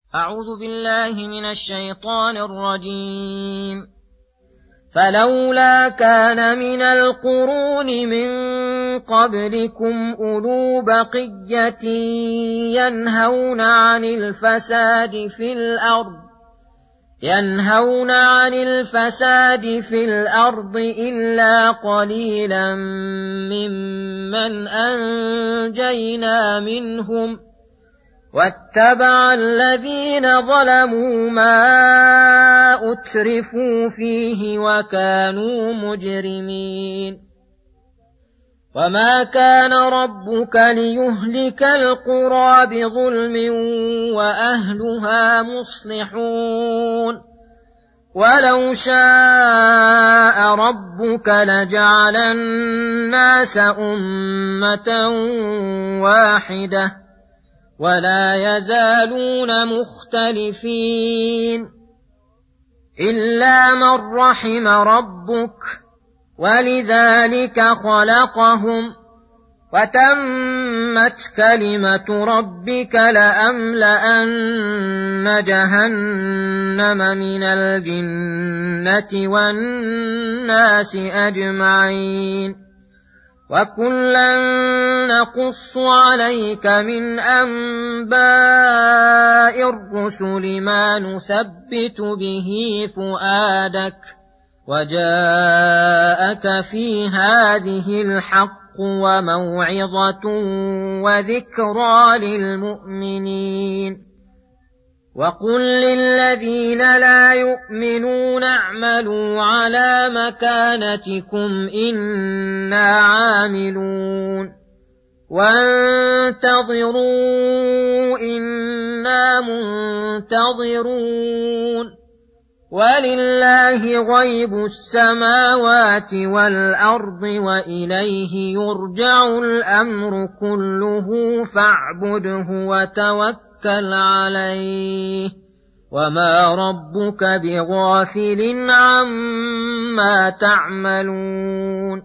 أعوذ بالله من الشيطان الرجيم. فلولا كان من القرون من قبلكم أولو بقية ينهون عن الفساد في الأرض إلا قليلا ممن أنجينا منهم واتبع الذين ظلموا ما أترفوا فيه وكانوا مجرمين. وما كان ربك ليهلك القرى بظلم وأهلها مصلحون ولو شاء ربك لجعل الناس أمة واحدة ولا يزالون مختلفين إلا من رحم ربك ولذلك خلقهم وتمت كلمة ربك لأملأن جهنم من الجنة والناس أجمعين وكلا نقص عليك من أنباء الرسل ما نثبت به فؤادك وجاءك في هذه الحق وموعظة وذكرى للمؤمنين. وقل للذين لا يؤمنون اعملوا على مكانتكم إنا عاملون وانتظروا إنا منتظرون ولله غيب السماوات والأرض وإليه يرجع الأمر كله فاعبده وتوكل عليه وما ربك بغافل عما تعملون.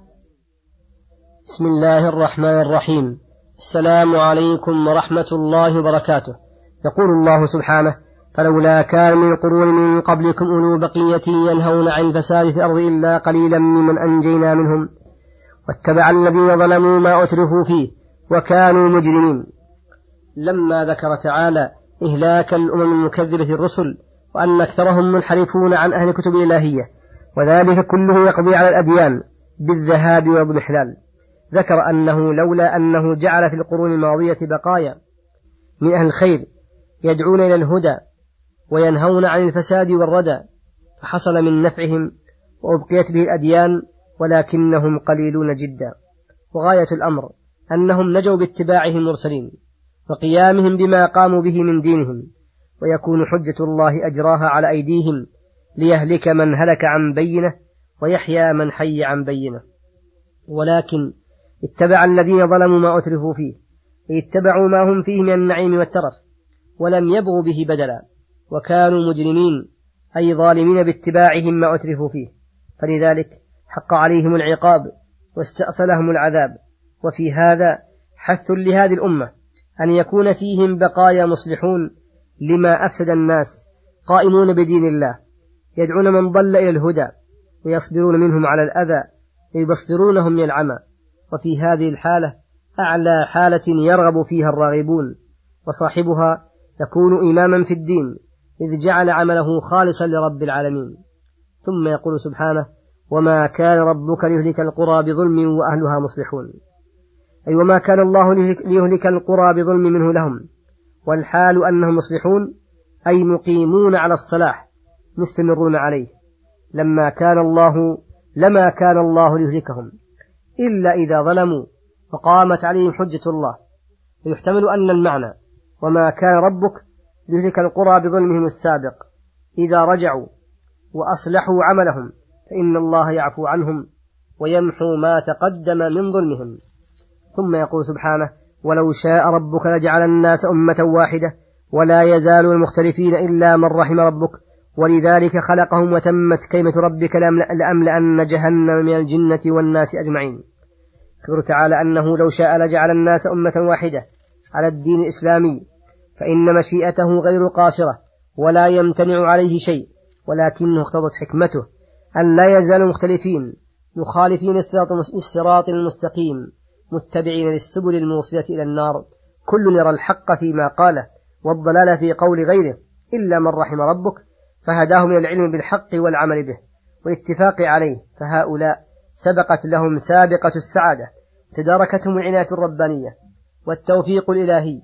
بسم الله الرحمن الرحيم. السلام عليكم ورحمة الله وبركاته. يقول الله سبحانه: فلولا كان من القرون من قبلكم أولو بقية ينهون عن الفساد في الأرض إلا قليلا ممن أنجينا منهم واتبع الذين ظلموا ما أترفوا فيه وكانوا مجرمين. لما ذكر تعالى إهلاك الأمم المكذبة الرسل وأن أكثرهم منحرفون عن أهل الكتب الإلهية وذلك كله يقضي على الأديان بالذهاب والاضمحلال، ذكر أنه لولا أنه جعل في القرون الماضية بقايا من أهل الخير يدعون إلى الهدى وينهون عن الفساد والردى فحصل من نفعهم وأبقيت به الأديان ولكنهم قليلون جدا. وغاية الأمر أنهم نجوا باتباعهم المرسلين وقيامهم بما قاموا به من دينهم ويكون حجة الله أجراها على أيديهم ليهلك من هلك عن بينه ويحيى من حي عن بينه. ولكن اتبع الذين ظلموا ما أترفوا فيه، اتبعوا ما هم فيه من النعيم والترف ولم يبغوا به بدلا وكانوا مجرمين أي ظالمين باتباعهم ما أترفوا فيه، فلذلك حق عليهم العقاب واستأصلهم العذاب. وفي هذا حث لهذه الأمة أن يكون فيهم بقايا مصلحون لما أفسد الناس قائمون بدين الله يدعون من ضل إلى الهدى ويصبرون منهم على الأذى ويبصرونهم من العمى. وفي هذه الحالة أعلى حالة يرغب فيها الراغبون، وصاحبها يكون إماما في الدين إذ جعل عمله خالصا لرب العالمين. ثم يقول سبحانه: وما كان ربك ليهلك القرى بظلم وأهلها مصلحون، أي وما كان الله ليهلك القرى بظلم منه لهم، والحال أنهم مصلحون أي مقيمون على الصلاح مستمرون عليه. لما كان الله ليهلكهم إلا إذا ظلموا فقامت عليهم حجة الله. ويحتمل أن المعنى وما كان ربك ليهلك القرى بظلمهم السابق إذا رجعوا وأصلحوا عملهم فإن الله يعفو عنهم ويمحو ما تقدم من ظلمهم. ثم يقول سبحانه: ولو شاء ربك لجعل الناس أمة واحدة ولا يزالون مختلفين إلا من رحم ربك ولذلك خلقهم وتمت كلمة ربك لأملأن جهنم من الجنة والناس أجمعين. يقول تعالى أنه لو شاء لجعل الناس أمة واحدة على الدين الإسلامي فإن مشيئته غير قاصرة ولا يمتنع عليه شيء، ولكنه اقتضت حكمته أن لا يزالوا مختلفين مخالفين الصراط المستقيم متبعين للسبل الموصلة إلى النار، كل يرى الحق فيما قاله والضلال في قول غيره إلا من رحم ربك، فهداهم إلى العلم بالحق والعمل به والاتفاق عليه، فهؤلاء سبقت لهم سابقة السعادة، تداركتهم العناية الربانية والتوفيق الإلهي.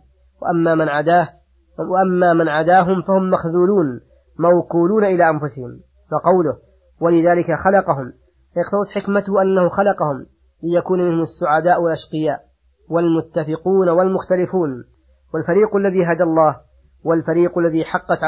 وأما من عداهم فهم مخذولون موكولون إلى أنفسهم. فقوله ولذلك خلقهم اقتضت حكمته أنه خلقهم ليكون منهم السعداء والأشقياء والمتفقون والمختلفون، والفريق الذي هدى الله والفريق الذي حقت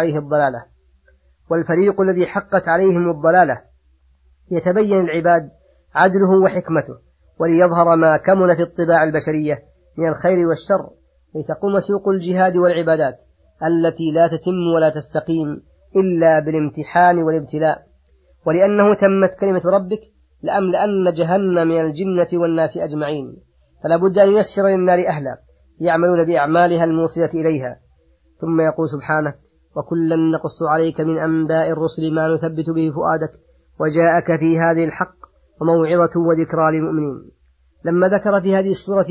عليهم الضلالة يتبين العباد عدله وحكمته، وليظهر ما كمن في الطباع البشرية من الخير والشر، لتقوم سوق الجهاد والعبادات التي لا تتم ولا تستقيم إلا بالامتحان والابتلاء. ولأنه تمت كلمة ربك لأملأن جهنم من الجنة والناس أجمعين، فلا بد أن ييسر للنار أهلا يعملون بأعمالها الموصلة إليها. ثم يقول سبحانه وكلا نقص عليك من أنباء الرسل ما نثبت به فؤادك وجاءك في هذه الحق وموعظة وذكرى للمؤمنين. لما ذكر في هذه السورة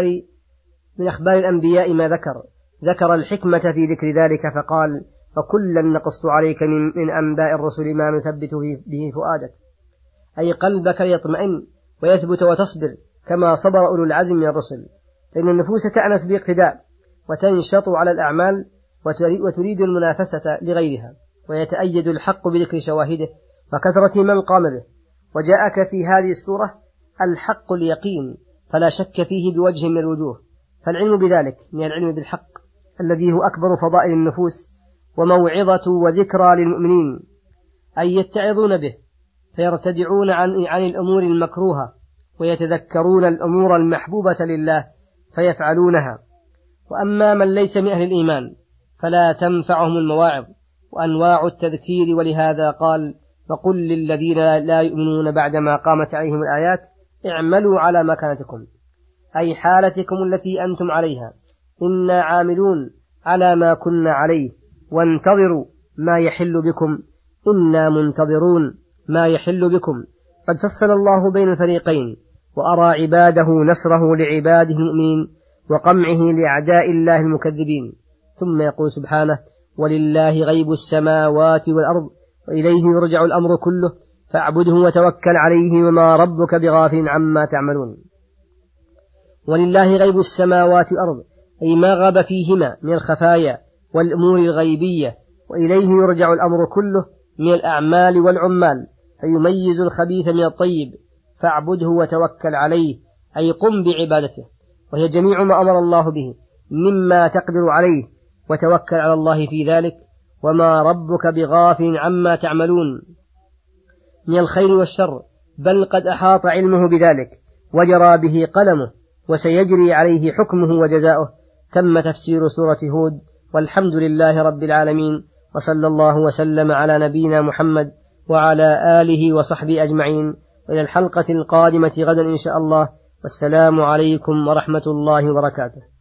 من أخبار الأنبياء ما ذكر الحكمة في ذكر ذلك، فقال وكلا نقص عليك من أنباء الرسل ما نثبت به فؤادك، أي قلبك يطمئن ويثبت وتصبر كما صبر أولو العزم من الرسل، فإن النفوس تأنس باقتداء وتنشط على الأعمال وتريد المنافسة لغيرها، ويتأيد الحق بذكر شواهده وكثرة من قام به. وجاءك في هذه السورة الحق اليقين فلا شك فيه بوجه من الوجوه، فالعلم بذلك من العلم بالحق الذي هو أكبر فضائل النفوس وموعظة وذكرى للمؤمنين، أي يتعظون به فيرتدعون عن الأمور المكروهة ويتذكرون الأمور المحبوبة لله فيفعلونها. وأما من ليس من أهل الإيمان فلا تنفعهم المواعظ وأنواع التذكير، ولهذا قال فقل للذين لا يؤمنون بعدما قامت عليهم الآيات اعملوا على مكانتكم، أي حالتكم التي أنتم عليها، إنا عاملون على ما كنا عليه، وانتظروا ما يحل بكم إنا منتظرون ما يحل بكم. قد فصل الله بين الفريقين وأرى عباده نصره لعباده المؤمنين وقمعه لأعداء الله المكذبين. ثم يقول سبحانه ولله غيب السماوات والأرض وإليه يرجع الأمر كله فاعبده وتوكل عليه وما ربك بغافل عما تعملون. ولله غيب السماوات والأرض أي ما غاب فيهما من الخفايا والأمور الغيبية، وإليه يرجع الأمر كله من الأعمال والعمال، فيميز الخبيث من الطيب، فاعبده وتوكل عليه أي قم بعبادته، وهي جميع ما أمر الله به مما تقدر عليه، وتوكل على الله في ذلك، وما ربك بغافل عما تعملون من الخير والشر، بل قد أحاط علمه بذلك وجرى به قلمه، وسيجري عليه حكمه وجزاؤه. تم تفسير سورة هود، والحمد لله رب العالمين، وصلى الله وسلم على نبينا محمد وعلى آله وصحبه أجمعين، وإلى الحلقة القادمة غدا إن شاء الله، والسلام عليكم ورحمة الله وبركاته.